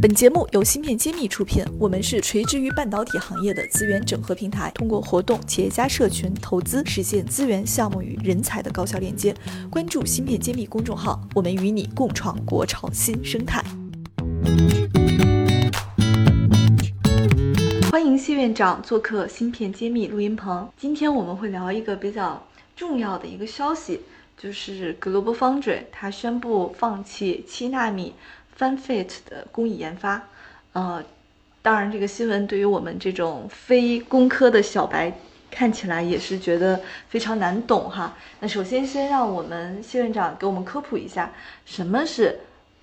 本节目由芯片揭秘出品，我们是垂直于半导体行业的资源整合平台，通过活动、企业家社群、投资，实现资源、项目与人才的高效链接。关注芯片揭秘公众号，我们与你共创国潮新生态。欢迎谢院长做客芯片揭秘录音棚。今天我们会聊一个比较重要的一个消息，就是 GlobalFoundries 它宣布放弃7纳米 FinFET 的工艺研发。当然这个新闻对于我们这种非工科的小白看起来也是觉得非常难懂哈。那首先让我们谢院长给我们科普一下，什么是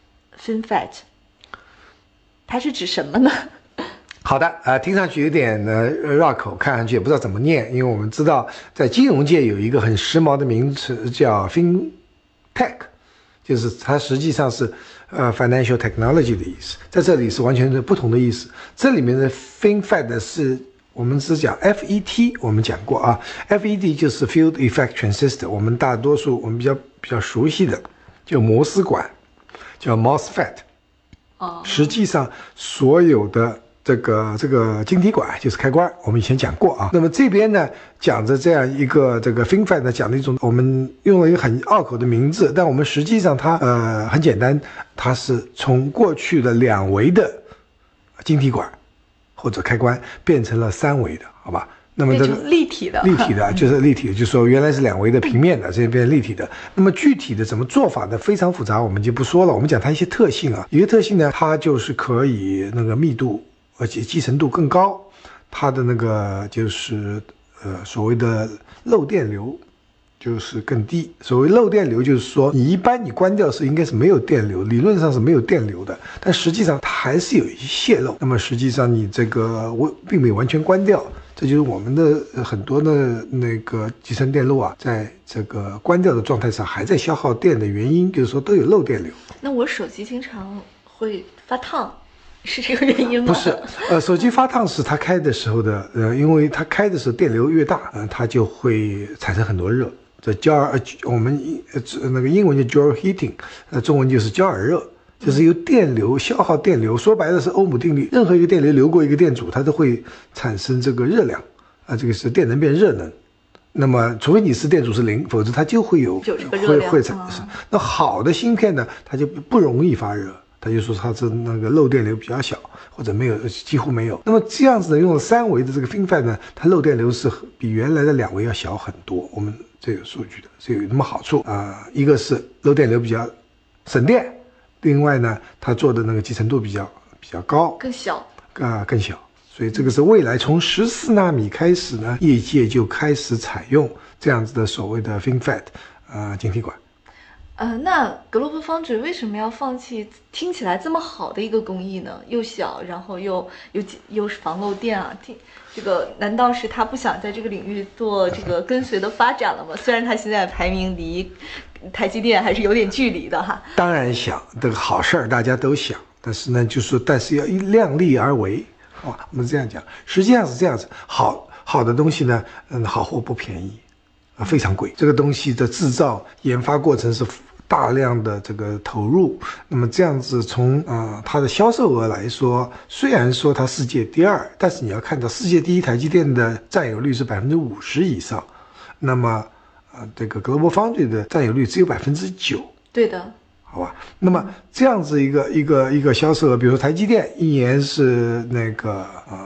FinFET， 它是指什么呢？ 好的，听上去有点绕口，看上去也不知道怎么念，因为我们知道在金融界有一个很时髦的名词叫 FinTech， 就是它实际上是financial technology 的意思，在这里是完全是不同的意思。这里面的 FinFET 是我们只讲 FET， 我们讲过啊 ，FET 就是 Field Effect Transistor， 我们大多数我们比较熟悉的就摩斯管，叫 MOSFET。实际上所有的这个晶体管就是开关，我们以前讲过啊。那么这边呢讲着这样一个这个 FinFET 呢，讲的一种我们用了一个很拗口的名字，但我们实际上它很简单，它是从过去的2维的晶体管或者开关变成了3维的，好吧？那么这个立体的就是立体的，就是说原来是2维的平面的，这边变立体的。那么具体的怎么做法呢？非常复杂，我们就不说了。我们讲它一些特性啊，一个特性呢，它就是可以那个密度而且集成度更高，它的那个就是所谓的漏电流就是更低。所谓漏电流就是说你一般你关掉是应该是没有电流，理论上是没有电流的，但实际上它还是有一些泄漏。那么实际上你这个并没有完全关掉，这就是我们的很多的那个集成电路啊，在这个关掉的状态上还在消耗电的原因，就是说都有漏电流。 那我手机经常会发烫，是这个原因吗？ 不是，手机发烫是它开的时候的，因为它开的时候电流越大，它就会产生很多热。这我们那个英文叫 Joule heating， 中文就是焦耳热，就是由电流消耗电流。说白了是欧姆定律，任何一个电流流过一个电阻，它都会产生这个热量，这个是电能变热能。那么除非你是电阻是0，否则它就会有会产生。那好的芯片呢，它就不容易发热。他就说它是那个漏电流比较小，或者没有，几乎没有。那么这样子呢，用了3维的这个 FinFET 呢，它漏电流是比原来的2维要小很多。我们这有数据的，是有那么好处啊。一个是漏电流比较省电，另外呢，它做的那个集成度比较高， 更小。 所以这个是未来从14纳米开始呢，业界就开始采用这样子的所谓的 FinFET 晶体管。 那 GlobalFoundries 为什么要放弃听起来这么好的一个工艺呢？又小，然后又是防漏电啊！这个难道是他不想在这个领域做这个跟随的发展了吗？虽然他现在排名离台积电还是有点距离的哈。当然想，这个好事儿大家都想，但是呢，就是说，但是要量力而为，好吧？我们这样讲，实际上是这样子，好的东西呢，好货不便宜，非常贵。这个东西的制造研发过程是大量的这个投入，那么这样子从它的销售额来说，虽然说它世界第2，但是你要看到世界第1台积电的占有率是50%以上，那么这个 GlobalFoundries 的占有率只有9%。 对的， 好吧。那么这样子一个销售额，比如说台积电一年是那个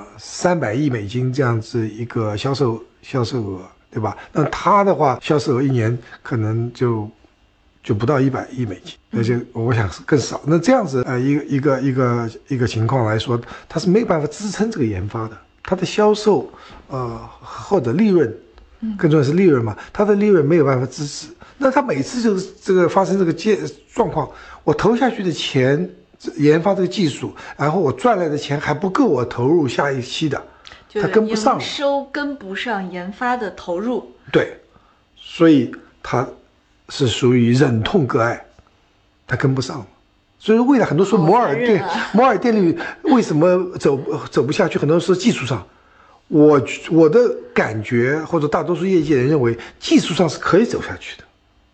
300亿美金这样子一个销售额，对吧？那它的话销售额一年可能就不到100亿美金，而且我想是更少。那这样子一个情况来说，它是没有办法支撑这个研发的，它的销售或者利润，更重要是利润嘛，它的利润没有办法支持。那它每次就是这个发生这个状况，我投下去的钱研发这个技术，然后我赚来的钱还不够我投入下一期的，它跟不上， 营收跟不上研发的投入。 对，所以它是属于忍痛割爱，它跟不上。所以未来很多说摩尔定律为什么走不下去，很多人说技术上，我的感觉或者大多数业界人认为技术上是可以走下去的。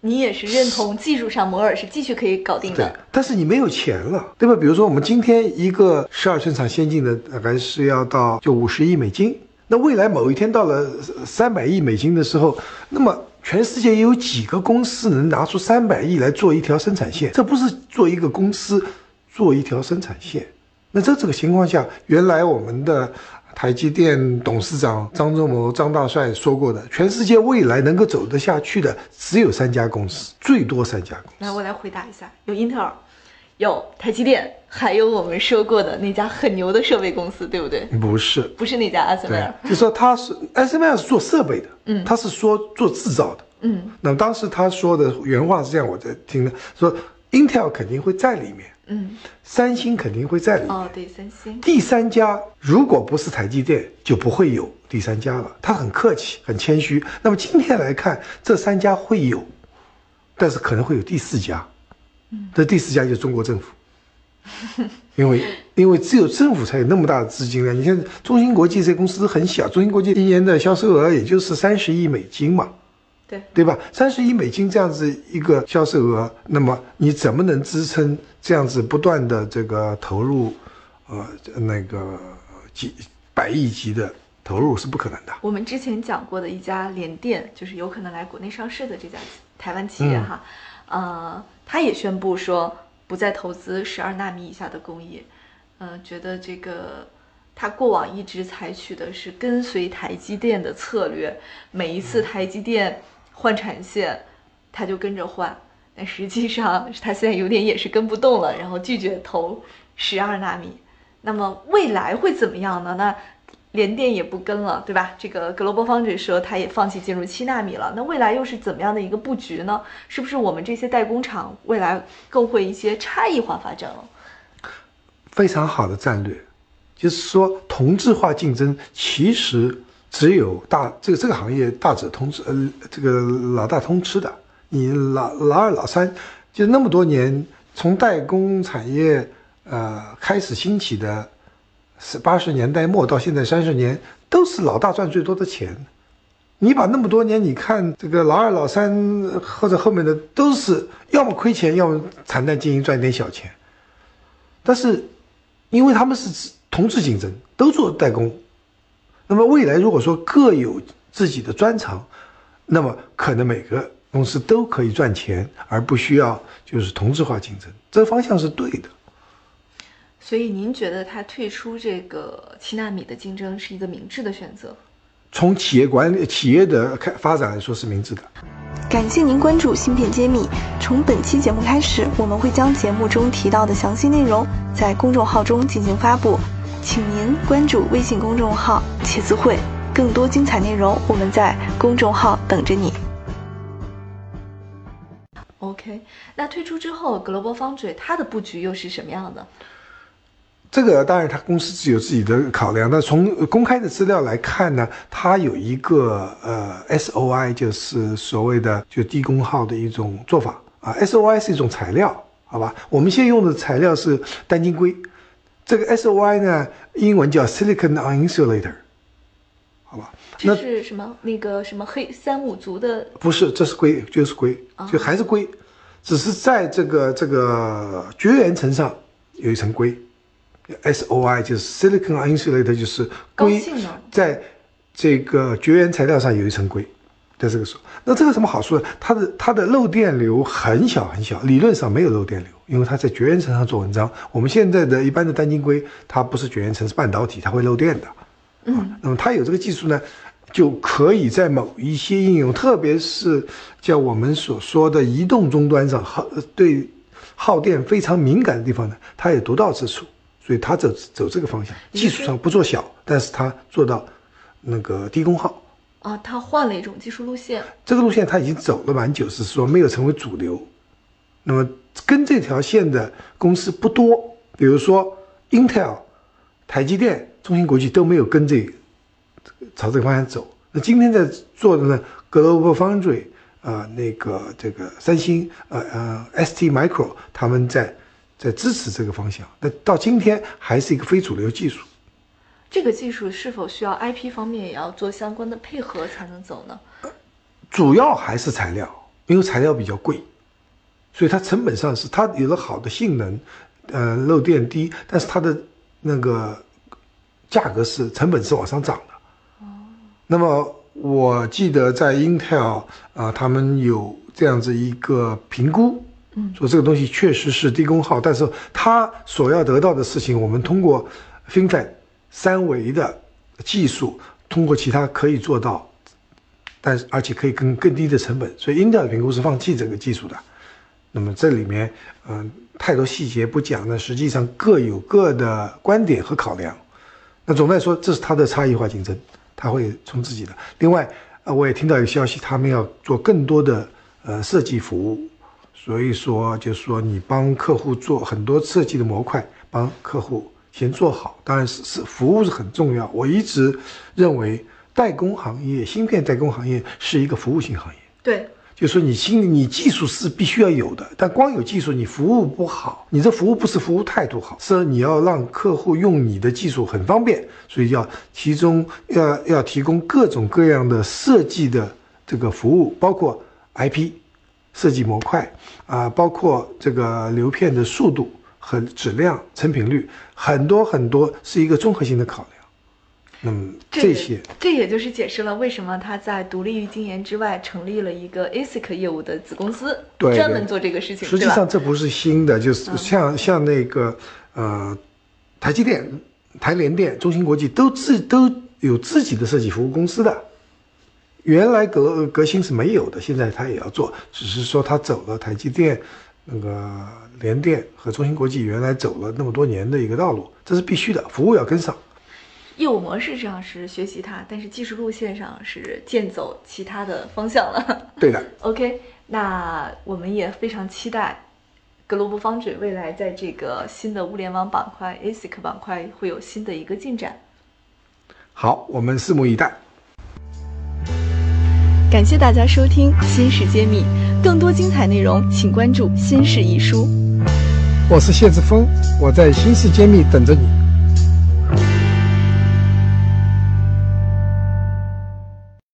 你也是认同技术上摩尔是继续可以搞定的。 对，但是你没有钱了，对吧？比如说我们今天一个12寸厂先进的大概是要到就50亿美金，那未来某一天到了300亿美金的时候，那么全世界有几个公司能拿出300亿来做一条生产线？这不是做一个公司，做一条生产线。那在这个情况下，原来我们的台积电董事长张忠谋、张大帅说过的，全世界未来能够走得下去的只有3家公司，最多3家公司。 来，我来回答一下，有英特尔，有台积电，还有我们说过的那家很牛的设备公司，对不对？ 不是， 不是那家阿斯麦尔， 就说他是阿斯麦尔是做设备的，他是说做制造的，那么当时他说的原话是这样，我在听的，说 Intel 肯定会在里面，三星肯定会在里面。 哦，对，三星。 第3家如果不是台积电，就不会有第3家了。他很客气，很谦虚。那么今天来看，这3家会有，但是可能会有第4家。这第4家就是中国政府，因为只有政府才有那么大的资金量。你看中芯国际这些公司很小，中芯国际一年的销售额也就是30亿美金嘛。对吧？30亿美金这样子一个销售额，那么你怎么能支撑这样子不断的这个投入，那个几百亿级的投入是不可能的。 我们之前讲过的一家联电，就是有可能来国内上市的这家台湾企业哈，他也宣布说不再投资12纳米以下的工艺，觉得这个。他过往一直采取的是跟随台积电的策略，每一次台积电换产线，他就跟着换。但实际上，他现在有点也是跟不动了，然后拒绝投12纳米。那么未来会怎么样呢？那联电也不跟了，对吧？这个 Global Foundries 说他也放弃进入7纳米了。那未来又是怎么样的一个布局呢？是不是我们这些代工厂未来更会一些差异化发展了？ 非常好的战略。就是说，同质化竞争其实只有这个行业大者通吃，这个老大通吃的。你老二、老三，就那么多年，从代工产业开始兴起的80年代末到现在30年，都是老大赚最多的钱。你把那么多年，你看这个老二、老三或者后面的都是要么亏钱，要么惨淡经营赚一点小钱。但是，因为他们是同质竞争，都做代工，那么未来如果说各有自己的专长，那么可能每个公司都可以赚钱，而不需要就是同质化竞争，这个方向是对的。 所以您觉得他退出这个7纳米的竞争是一个明智的选择？ 从企业管理、企业的发展来说是明智的。 感谢您关注芯片揭秘。从本期节目开始，我们会将节目中提到的详细内容在公众号中进行发布，请您关注微信公众号“茄子会”，更多精彩内容我们在公众号等着你。 OK， 那推出之后 ，Global Foundry 它的布局又是什么样的？ 这个当然，它公司是有自己的考量。但从公开的资料来看呢，它有一个SOI， 就是所谓的就低功耗的一种做法啊。SOI 是一种材料，好吧？我们现在用的材料是单晶硅，这个 SOI 呢，英文叫 Silicon on Insulator， 好吧？ 这是什么？那个什么黑3-5族的？ 不是，这是硅，就是硅，就还是硅，只是在这个绝缘层上有一层硅。SOI 就是 Silicon on Insulator， 就是硅在这个绝缘材料上有一层硅，在这个时候，那这个什么好处呢？它的漏电流很小很小，理论上没有漏电流，因为它在绝缘层上做文章。我们现在的一般的单晶硅，它不是绝缘层，是半导体，它会漏电的。那么它有这个技术呢，就可以在某一些应用，特别是叫我们所说的移动终端上，对耗电非常敏感的地方呢，它有独到之处。所以他走这个方向，技术上不做小，但是他做到那个低功耗啊，他换了一种技术路线。 这个路线他已经走了蛮久，是说没有成为主流。那么跟这条线的公司不多，比如说 Intel、台积电、中芯国际都没有跟朝这个方向走。那今天在做的呢 ，Global Foundry 这个三星ST Micro 他们在支持这个方向，但到今天还是一个非主流技术。 这个技术是否需要 IP 方面也要做相关的配合才能走呢？ 主要还是材料， 因为材料比较贵，所以它成本上是它有了好的性能，漏电低，但是它的那个价格成本是往上涨的。那么我记得在 Intel 他们有这样子一个评估，说这个东西确实是低功耗，但是它所要得到的事情，我们通过 FinFET 三维的技术，通过其他可以做到，但是而且可以更低的成本，所以 Intel 的评估是放弃这个技术的。那么这里面太多细节不讲呢，实际上各有各的观点和考量。那总的来说，这是它的差异化竞争，它会从自己的。另外我也听到一个消息，他们要做更多的设计服务，所以说就是说你帮客户做很多设计的模块，帮客户先做好。当然是服务是很重要，我一直认为代工行业，芯片代工行业是一个服务型行业。 对， 就是说你技术是必须要有的，但光有技术你服务不好，你这服务不是服务态度好，是你要让客户用你的技术很方便，所以要提供各种各样的设计的这个服务，包括 IP 设计模块包括这个流片的速度和质量、成品率，很多是一个综合性的考量。那么这也就是解释了为什么他在独立于晶研之外成立了一个 ASIC 业务的子公司， 对， 专门做这个事情。 实际上这不是新的，就是像那个台积电、台联电、中芯国际都有自己的设计服务公司的。原来革新是没有的，现在他也要做，只是说他走了台积电、那个联电和中芯国际原来走了那么多年的一个道路，这是必须的，服务要跟上。 业务模式上是学习它，但是技术路线上是剑走其他的方向了。 对的。 OK， 那我们也非常期待 GlobalFoundries 未来在这个新的物联网板块 ASIC 板块会有新的一个进展。 好，我们拭目以待。 感谢大家收听《新事揭秘》，更多精彩内容请关注《新事一书》。 我是谢志峰，我在新事揭秘等着你。